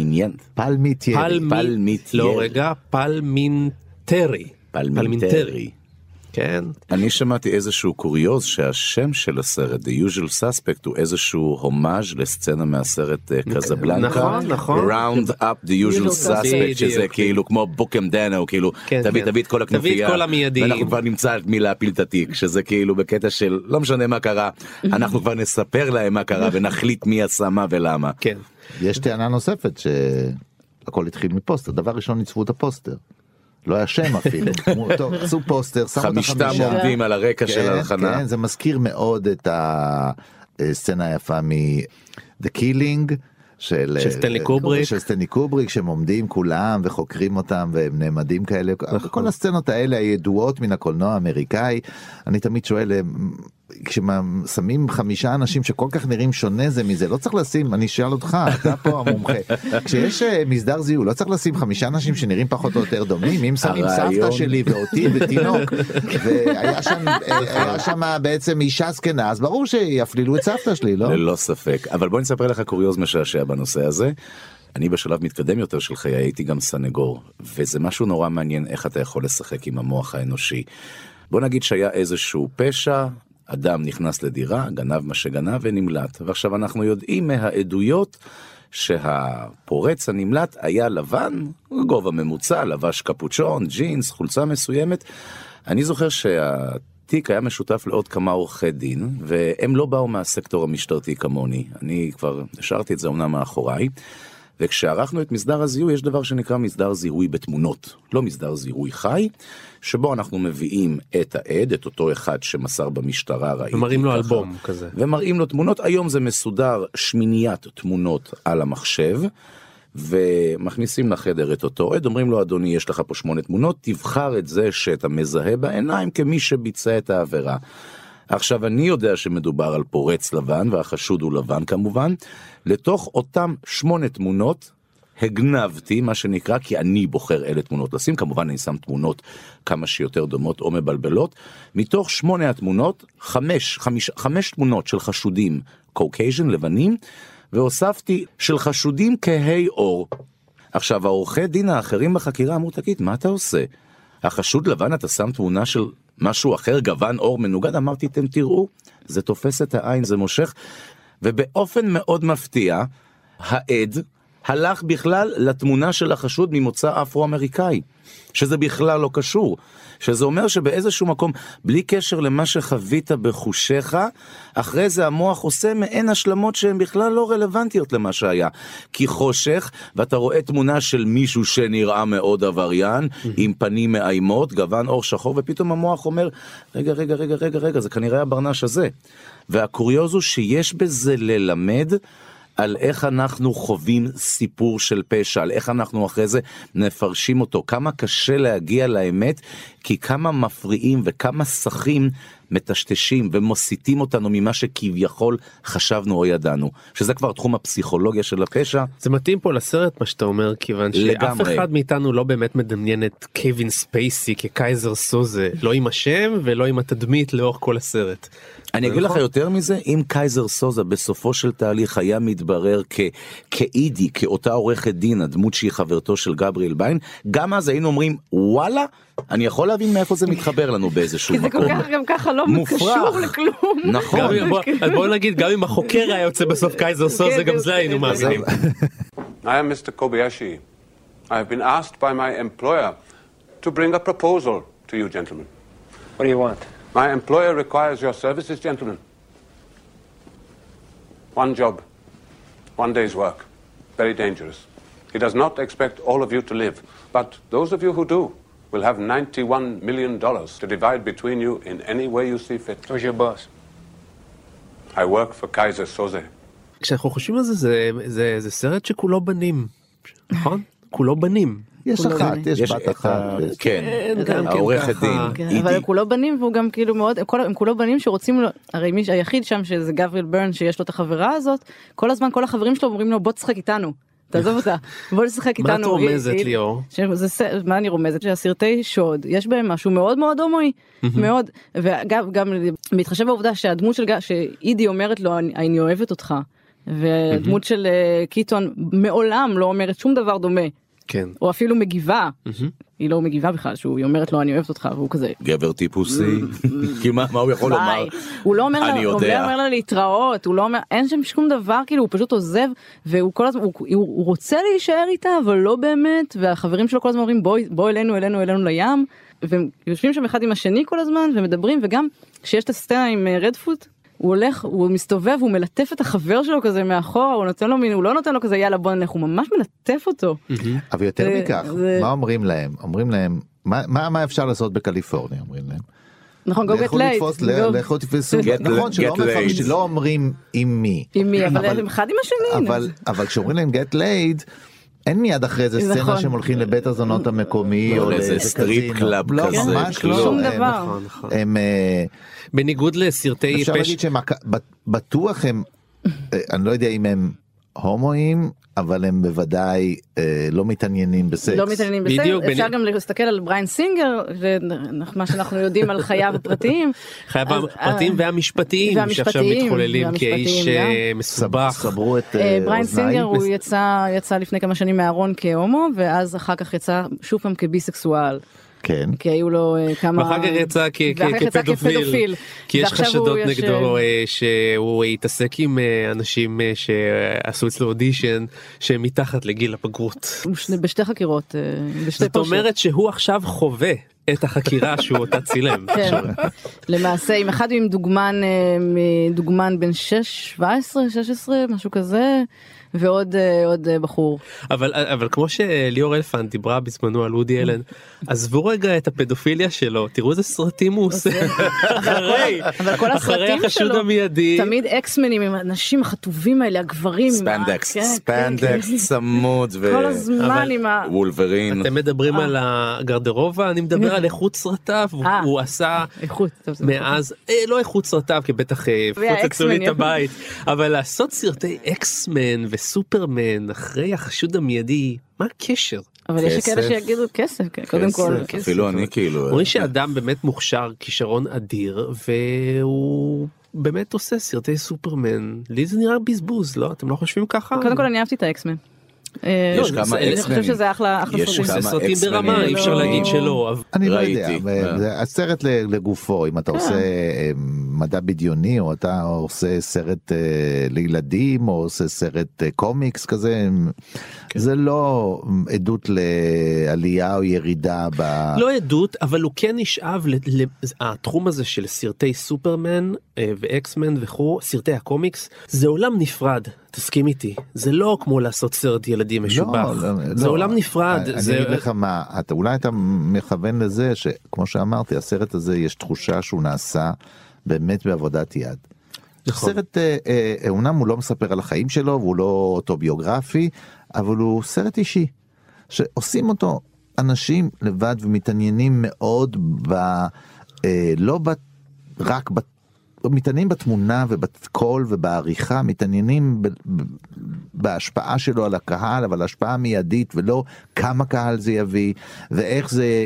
פלמינטרי. כן. אני שמעתי איזשהו קוריוז שהשם של הסרט, The Usual Suspect, הוא איזשהו הומאז' לסצנה מהסרט קזבלנקה. נכון. Round up the usual suspect, שזה כאילו כמו בוקם דנה, כאילו תביא את כל הכנופיה, ואנחנו כבר נמצא את מי להפיל את התיק, שזה כאילו בקטע של לא משנה מה קרה, אנחנו כבר נספר להם מה קרה, ונחליט מי עשה מה ולמה. כן. יש טענה נוספת שהכל התחיל מפוסטר, דבר ראשון ניצבו את הפוסטר. לא היה שם אפילו, עשו פוסטר, חמישה עומדים על הרקע של ההלחנה. כן, זה מזכיר מאוד את הסצנה היפה מ-The Killing, של סטנלי קובריק, שהם עומדים כולם וחוקרים אותם והם נעמדים כאלה, כל הסצנות האלה הידועות מן הקולנוע האמריקאי. אני תמיד שואל, כששמים 5 אנשים שכל כך נראים שונה זה מזה, לא צריך לשים, אני שואל אותך, אתה פה המומחה, כשיש מסדר זיהוי, לא צריך לשים 5 אנשים שנראים פחות או יותר דומים, אם שמים סבתא שלי ואותי ותינוק, והיה שם בעצם אישה זקנה, אז ברור שיפלילו את סבתא שלי, לא? ללא ספק, אבל בוא נספר לך קוריוז משעשע בנושא הזה. אני בשלב מתקדם יותר של חיי הייתי גם סנגור, וזה משהו נורא מעניין איך אתה יכול לשחק עם המוח האנושי. בוא נגיד שהיה איזשהו פשע, אדם נכנס לדירה, גנב מה שגנב ונמלט, ועכשיו אנחנו יודעים מהעדויות שהפורץ הנמלט היה לבן, גובה ממוצע, לבש קפוצ'ון, ג'ינס, חולצה מסוימת. אני זוכר שהתיק היה משותף לעוד כמה עורכי דין, והם לא באו מהסקטור המשטרתי כמוני, אני כבר השארתי את זה אומנם מאחוריי, וכשערכנו את מסדר הזיהוי, יש דבר שנקרא מסדר זיהוי בתמונות, לא מסדר זיהוי חי, שבו אנחנו מביאים את העד, את אותו אחד שמסר במשטרה, ומראים לו אלבום כזה. ומראים לו תמונות, היום זה מסודר 8 תמונות על המחשב, ומכניסים לחדר את אותו עד, אומרים לו, אדוני, יש לך פה 8 תמונות, תבחר את זה שאתה מזהה בעיניים כמי שביצע את העבירה. עכשיו אני יודע שמדובר על פורץ לבן, והחשוד הוא לבן כמובן, לתוך אותם 8 תמונות, הגנבתי, מה שנקרא, כי אני בוחר אלה תמונות לשים, כמובן אני שם תמונות כמה שיותר דומות או מבלבלות, מתוך 8 התמונות, 5 תמונות של חשודים קוקייז'ן, לבנים, והוספתי של חשודים כהי עור. עכשיו, העורכי דין האחרים בחקירה אמרו, תגיד, מה אתה עושה? החשוד לבן, אתה שם תמונה של משהו אחר, גוון עור מנוגד, אמרתי, אתם תראו, זה תופס את העין, זה מושך, ובאופן מאוד מפתיע, העד הלך בכלל לתמונה של החשוד ממוצא אפרו-אמריקאי, שזה בכלל לא קשור, שזה אומר שבאיזשהו מקום, בלי קשר למה שחווית בחושיך, אחרי זה המוח עושה מעין השלמות שהן בכלל לא רלוונטיות למה שהיה, כי חושך, ואתה רואה תמונה של מישהו שנראה מאוד עבריין, עם פנים מאיימות, גוון אור שחור, ופתאום המוח אומר, רגע, זה כנראה הברנש הזה, והקוריוז הוא שיש בזה ללמד, על איך אנחנו חווים סיפור של פשע, על איך אנחנו אחרי זה נפרשים אותו, כמה קשה להגיע לאמת, כי כמה מפריעים וכמה שכים מטשטשים ומוסיטים אותנו ממה שכביכול חשבנו או ידענו, שזה כבר תחום הפסיכולוגיה של הפשע. זה מתאים פה לסרט מה שאתה אומר, כיוון שאף אחד מאיתנו לא באמת מדמיין את קווין ספייסי כקייזר סוזה, לא עם השם ולא עם התדמית לאורך כל הסרט. אני אגיד לך יותר מזה, אם קייזר סוזה בסופו של תהליך היה מתברר כאידי, כאותה עורכת דין, הדמות שהיא חברתו של גבריאל ביין, גם אז היינו אומרים, וואלה, אני יכול להבין מאיפה זה מתחבר לנו באיזשהו מקום. כי זה כל כך גם ככה לא קשור לכלום. נכון. אז בואו נגיד, גם אם החוקר היה יוצא בסוף קייזר סוזה, גם זה היינו מאזינים. I am Mr. Kobayashi. I have been asked by my employer to bring a proposal to you gentlemen. What do you want? My employer requires your services, gentlemen. One job, 1 day's work. Very dangerous. He does not expect all of you to live, but those of you who do will have $91 million to divide between you in any way you see fit. Who's your boss? I work for Kaiser Soze. כשאנחנו חושבים על זה, זה סרט שכולו בנים, נכון? כולו בנים. יש אחת, יש בת אחת. כן, העורכת דין. אבל כולו בנים, והוא גם כאילו מאוד, הם כולו בנים שרוצים, הרי מי היחיד שם שזה גבריאל ביין שיש לו את החברה הזאת, כל הזמן כל החברים שלו אומרים לו בוא תשחק איתנו, תעזוב אותה, בוא תשחק איתנו. מה את רומזת ליאור? מה אני רומזת? שהסרטי שוד, יש בהם משהו מאוד מאוד הומואי, מאוד, וגם מתחשב בעובדה שהדמות של שאידי אומרת לו אני אוהבת אותך, והדמות של קיטון מעולם לא אומרת שום דבר דומה. כן. או אפילו מגיבה, היא לא מגיבה בכלל, שהוא אומרת לו אני אוהבת אותך, והוא כזה גבר טיפוסי, כי מה הוא יכול לומר? הוא לא אומר לה להתראות, הוא לא אומר, אין שם שום דבר, כאילו הוא פשוט עוזב, והוא כל הזמן, הוא רוצה להישאר איתה, אבל לא באמת, והחברים שלו כל הזמן אומרים בוא אלינו לים, והם יושבים שם אחד עם השני כל הזמן, ומדברים, וגם כשיש את הסצנה עם רדפוט, הוא הולך, הוא מסתובב, הוא מלטף את החבר שלו כזה מאחורה, הוא נותן לו הוא לא נותן לו כזה יאללה בוא נלך, הוא ממש מלטף אותו. אבל יותר מכך, מה אומרים להם? אומרים להם, מה אפשר לעשות בקליפורניה? אומרים להם. נכון, go get laid. לכו תפסו, נכון שלא אומרים עם מי. עם מי, אבל הם אחד עם השני. אבל כשאומרים להם get laid, אין מיד אחרי איזה סצנה שהם הולכים לבית הזונות המקומי או לאיזה סטריפ קלאב כזה. ממש לא. שום דבר. בניגוד לסרטי פשע. אפשר להגיד שהם בטוח הם, אני לא יודע אם הם הומואים, אבל הם בוודאי לא מתעניינים בסקס. לא מתעניינים בסקס, אפשר גם להסתכל על בריין סינגר, מה שאנחנו יודעים על חייו הפרטיים. חייו הפרטיים והמשפטיים, שעכשיו מתחוללים כאיש מסובך. סברו את בריין סינגר הוא יצא לפני כמה שנים מהארון כהומו, ואז אחר כך יצא שוב פעם כביסקסואל. כן. כי היו לו כמה... ואחר כך יצא כפדופיל. כי יש חשדות נגדו שהוא יתעסק עם אנשים שעשו אצלו אודישן שהם מתחת לגיל הפגרות. בשתי חקירות, בשתי זאת אומרת שהוא עכשיו חווה את החקירה שהוא אותה צילם. למעשה עם אחד עם דוגמן בן 17, 16, משהו כזה. ועוד בחור. אבל כמו שליאור אלפנט דיברה בזמנו על וודי אלן, עזבו רגע את הפדופיליה שלו, תראו איזה סרטים הוא עושה. אבל כל הסרטים שלו, תמיד אקסמנים עם האנשים החטובים האלה, הגברים. ספנדקס צמוד. כל הזמן עם וולברין. אתם מדברים על הגרדרובה, אני מדבר על איכות סרטיו, הוא עשה מאז, לא איכות סרטיו, כי בטח פוצצו לי את הבית, אבל לעשות סרטי אקסמן בסופרמן אחרי החשוד המיידי, מה הקשר? אבל יש כאלה שיגידו כסף, קודם כל. אפילו אני כאילו... אומרים שאדם באמת מוכשר, כישרון אדיר, והוא באמת עושה סרטי סופרמן. לי זה נראה בזבוז, לא? אתם לא חושבים ככה? קודם כל אני אהבתי את האקסמן. יש כמה אני חושב שזה אחלה סרטים. זה סרטים ברמה, אי אפשר להגיד שלא. אני לא יודע, הסרט לגופו, אם אתה עושה מדע בדיוני, או אתה עושה סרט לילדים, או עושה סרט קומיקס כזה, זה לא עדות לעלייה או ירידה לא עדות, אבל הוא כן נשאב התחום הזה של סרטי סופרמן ואקסמן וכו', סרטי הקומיקס, זה עולם נפרד, תסכים איתי, זה לא כמו לעשות סרט ילדים משובח, זה עולם נפרד. אני אגיד לך מה, אולי אתה מכוון לזה שכמו שאמרתי, הסרט הזה יש תחושה שהוא נעשה באמת בעבודת יד. סרט, אומנם הוא לא מספר על החיים שלו, והוא לא אוטוביוגרפי, אבל הוא סרט אישי, שעושים אותו אנשים לבד ומתעניינים מאוד לא רק מתעניינים בתמונה ובקול ובעריכה, מתעניינים בהשפעה שלו על הקהל, אבל השפעה מיידית, ולא כמה קהל זה יביא, ואיך זה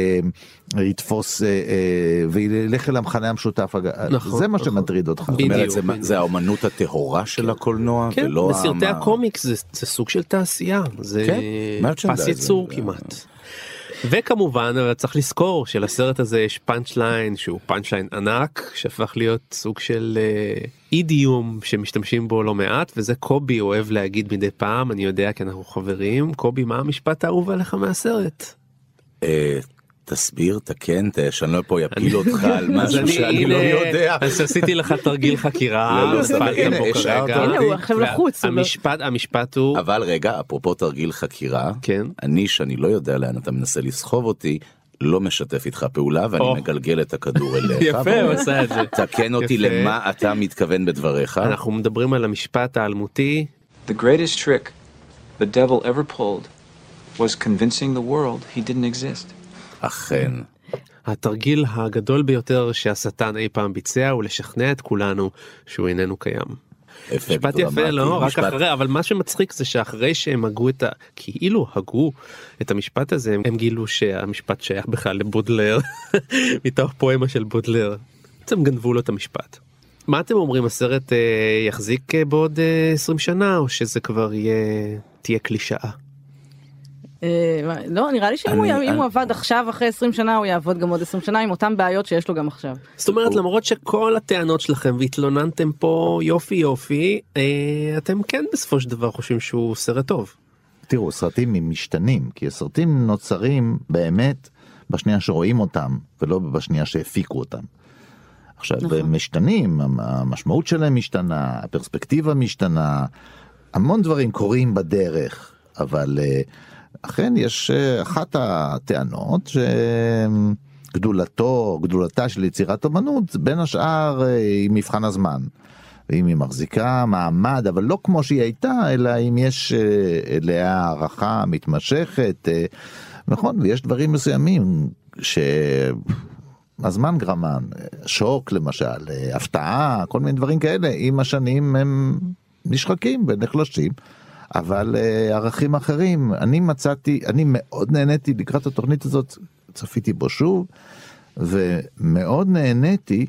יתפוס וילך אל המחנה המשותף. זה מה שמטריד אותך. זה האומנות הטהורה של הקולנוע, כן, בסרטי הקומיקס זה סוג של תעשייה, זה פס ייצור כמעט. וכמובן צריך לזכור שלסרט הזה יש פאנץ' ליין שהוא פאנץ' ליין ענק שהפך להיות סוג של אידיום שמשתמשים בו לא מעט, וזה קובי אוהב להגיד מדי פעם, אני יודע כי אנחנו חברים. קובי, מה המשפט האהוב עליך מהסרט? תסביר, תקן, שאני לא פה יפיל אותך על משהו שאני לא יודע. אז עשיתי לך תרגיל חקירה, הנה הוא עכשיו לחוץ. המשפט הוא... אבל רגע, אפרופו תרגיל חקירה, אני שאני לא יודע לאן אתה מנסה לסחוב אותי, לא משתף איתך פעולה, ואני מגלגל את הכדור אליך. יפה, הוא עשה את זה. תקן אותי למה אתה מתכוון בדבריך. אנחנו מדברים על המשפט האלמותי. The greatest trick the devil ever pulled was convincing the world he didn't exist. אכן. התרגיל הגדול ביותר שהשטן אי פעם ביצע הוא לשכנע את כולנו שהוא איננו קיים. משפט יפה, לא? רק אחרי, אבל מה שמצחיק זה שאחרי שהם הגו כאילו הגו את המשפט הזה, הם גילו שהמשפט שייך בכלל לבודלר, מתוך פואמה של בודלר. בעצם גנבו לו את המשפט. מה אתם אומרים, הסרט יחזיק בעוד 20 שנה, או שזה כבר תהיה קלישאה? לא, נראה לי שאם הוא עבד עכשיו אחרי 20 שנה, הוא יעבוד גם עוד 20 שנה עם אותם בעיות שיש לו גם עכשיו. זאת אומרת, למרות שכל הטענות שלכם והתלוננתם פה יופי, אתם כן בסופו של דבר חושבים שהוא סרט טוב. תראו, סרטים הם משתנים, כי הסרטים נוצרים באמת בשנייה שרואים אותם, ולא בשנייה שהפיקו אותם. עכשיו, הם משתנים, המשמעות שלהם משתנה, הפרספקטיבה משתנה, המון דברים קורים בדרך, אבל... אכן יש אחת הטענות גדולתה של יצירת אומנות בין השאר היא מבחן הזמן, ואם היא מחזיקה מעמד אבל לא כמו שהיא הייתה, אלא אם יש אליה הערכה מתמשכת, נכון, ויש דברים מסוימים שהזמן גרמן, שוק למשל, הפתעה, כל מיני דברים כאלה, עם השנים הם נשחקים ונחלשים, אבל ערכים אחרים, אני מאוד נהניתי לקראת התוכנית הזאת, צפיתי בו שוב, ומאוד נהניתי,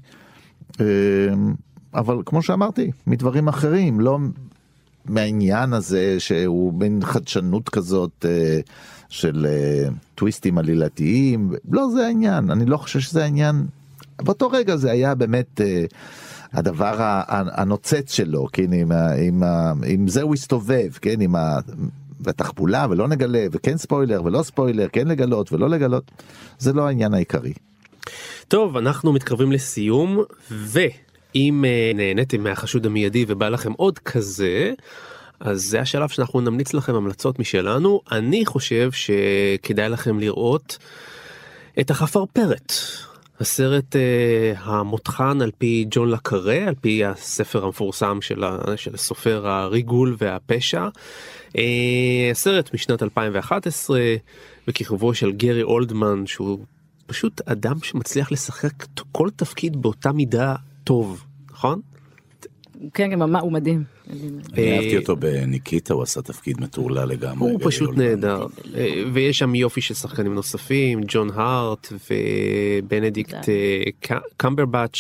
אבל כמו שאמרתי, מדברים אחרים, לא מהעניין הזה שהוא בין חדשנות כזאת של טוויסטים עלילתיים, לא זה העניין, אני לא חושב שזה העניין, באותו רגע זה היה באמת... הדבר הנוצץ שלו, כן, עם זה הוא הסתובב, כן, עם התחבולה ולא נגלה, וכן ספוילר ולא ספוילר, כן לגלות ולא לגלות, זה לא העניין העיקרי. טוב, אנחנו מתקרבים לסיום, ואם נהניתם מהחשוד המיידי ובא לכם עוד כזה, אז זה השלב שאנחנו נמליץ לכם המלצות משלנו. אני חושב שכדאי לכם לראות את החפרפרת. הסרט המותחן על פי ג'ון לקארה, על פי הספר המפורסם של הסופר הריגול והפשע. הסרט משנת 2011, בכיכובו של גרי אולדמן, שהוא פשוט אדם שמצליח לשחק כל תפקיד באותה מידה טוב, נכון? כן, הוא מדהים. אהבתי אותו בניקיטה, הוא עשה תפקיד מטורלל לגמרי. הוא פשוט נהדר. ויש שם יופי של שחקנים נוספים, ג'ון הארט ובנדיקט קמברבץ'.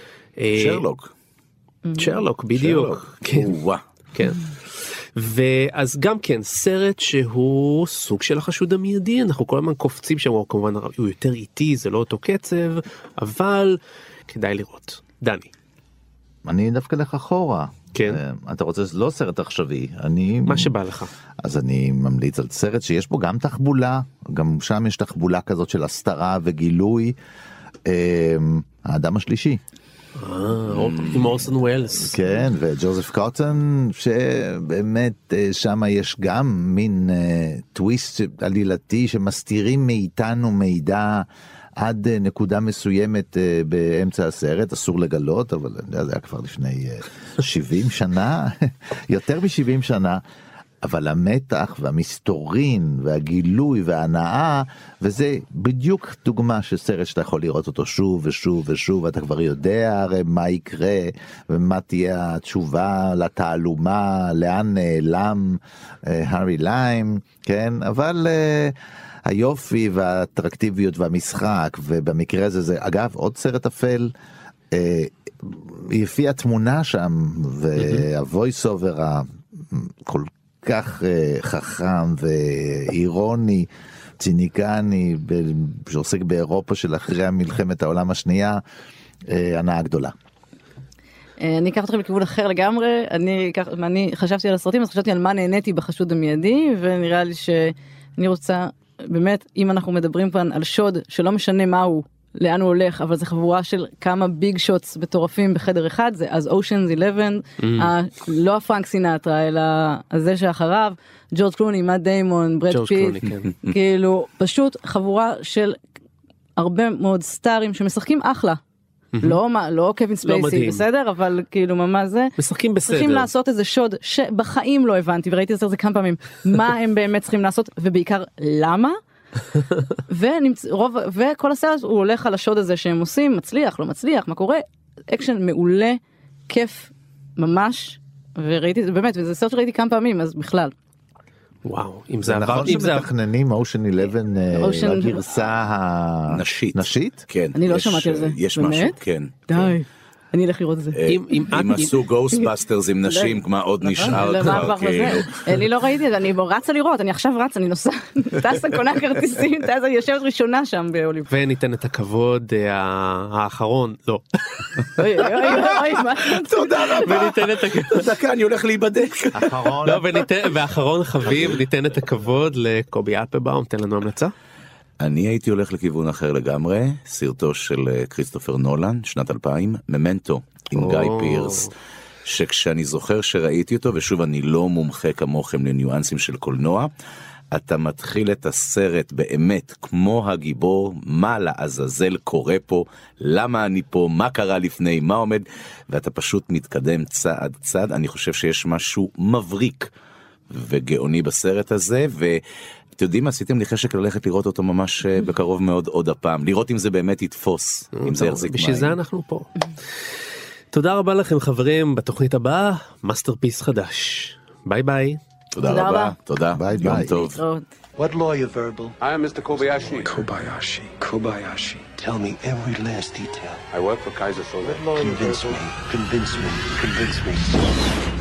שרלוק, בדיוק. כן. ואז גם כן, סרט שהוא סוג של החשוד המיידי, אנחנו כל הזמן קופצים שם, הוא כמובן הוא יותר איטי, זה לא אותו קצב, אבל כדאי לראות. דני. אני דווקא לך אחורה. כן. אתה רוצה לא סרט עכשווי, מה שבא לך. אז אני ממליץ על סרט שיש בו גם תחבולה, גם שם יש תחבולה כזאת של הסתרה וגילוי, האדם השלישי. עם אורסון ווילס. כן, וג'וזף קוטון, שבאמת שם יש גם מין טוויסט עלילתי שמסתירים מאיתנו מידע עד נקודה מסוימת באמצע הסרט, אסור לגלות, אבל זה היה כבר לפני 70 שנה, יותר מ-70 שנה, אבל המתח והמסתורין והגילוי וההנאה, וזה בדיוק דוגמה של סרט שאתה יכול לראות אותו שוב ושוב ושוב, ואתה כבר יודע הרי מה יקרה, ומה תהיה התשובה לתעלומה, לאן נעלם הארי ליים, כן? אבל היופי והאטרקטיביות והמשחק, ובמקרה הזה זה, אגב, עוד סרט אפל, יפי התמונה שם, והוויס אובר הכל כך חכם ואירוני, ציניקני, שעוסק באירופה של אחרי מלחמת העולם השנייה, הנאה גדולה. אני אקח אתכם לכיוון אחר לגמרי, אני חשבתי על הסרטים, אז חשבתי על מה נהניתי בחשוד המיידי, ונראה לי שאני רוצה, באמת, אם אנחנו מדברים כאן על שוד, שלא משנה מהו, לאן הוא הולך, אבל זה חבורה של כמה ביג שוטס מטורפים בחדר אחד, זה אז אושנס 11, לא הפרנק סינטרה, אלא הזה שאחריו, ג'ורג' קלוני, מאט דיימון, ברד פיט, כאילו, פשוט חבורה של הרבה מאוד סטארים שמשחקים אחלה. לא קווין ספייסי, בסדר, אבל כאילו ממש זה. משחקים בסדר. צריכים לעשות איזה שוד שבחיים לא הבנתי, וראיתי את זה כמה פעמים, מה הם באמת צריכים לעשות, ובעיקר למה? וכל הסרט הוא הולך על השוד הזה שהם עושים, מצליח, לא מצליח, מה קורה? אקשן מעולה, כיף, ממש, וראיתי, באמת, וזה סרט שראיתי כמה פעמים, אז בכלל. וואו, אם זה עבר, נכון שמתכננים אושן 11 בגרסה הנשית? כן. אני לא שמעתי על זה. יש משהו, כן. די. אני אלך לראות את זה. אם עשו גוסטבאסטרס עם נשים, מה עוד נשאר כבר, כאילו. אני לא ראיתי את זה, אני רצה לראות, אני עכשיו רצה, אני נוסע, טסה, קונה כרטיסים, טסה, יושבת ראשונה שם בהוליווד. וניתן את הכבוד האחרון, לא. אוי, מה? תודה רבה. וניתן את הכבוד. דקה, אני הולך להיבדק. ואחרון חביב, ניתן את הכבוד לקובי אפלבאום, תן לנו המלצה. אני הייתי הולך לכיוון אחר לגמרי, סרטו של כריסטופר נולן, שנת 2000, ממנטו, עם גיא פירס, שכשאני זוכר שראיתי אותו, ושוב אני לא מומחה כמוכם לניואנסים של קולנוע, אתה מתחיל את הסרט באמת כמו הגיבור, מה לעזאזל קורה פה, למה אני פה, מה קרה לפני, מה עומד, ואתה פשוט מתקדם צעד צעד. אני חושב שיש משהו מבריק וגאוני בסרט הזה, אתם יודעים, עשיתם לי חשק ללכת לראות אותו ממש בקרוב מאוד עוד הפעם, לראות אם זה באמת יתפוס, אם זה יחזיק מים. בשביל זה אנחנו פה. תודה רבה לכם חברים, בתוכנית הבאה, מאסטרפיס חדש. ביי ביי. תודה רבה. תודה. ביי ביי. יום טוב. What lawyer, Verbal? I am Mr. Kobayashi. Kobayashi. Tell me every last detail. I work for Kaiser Soze. Convince me.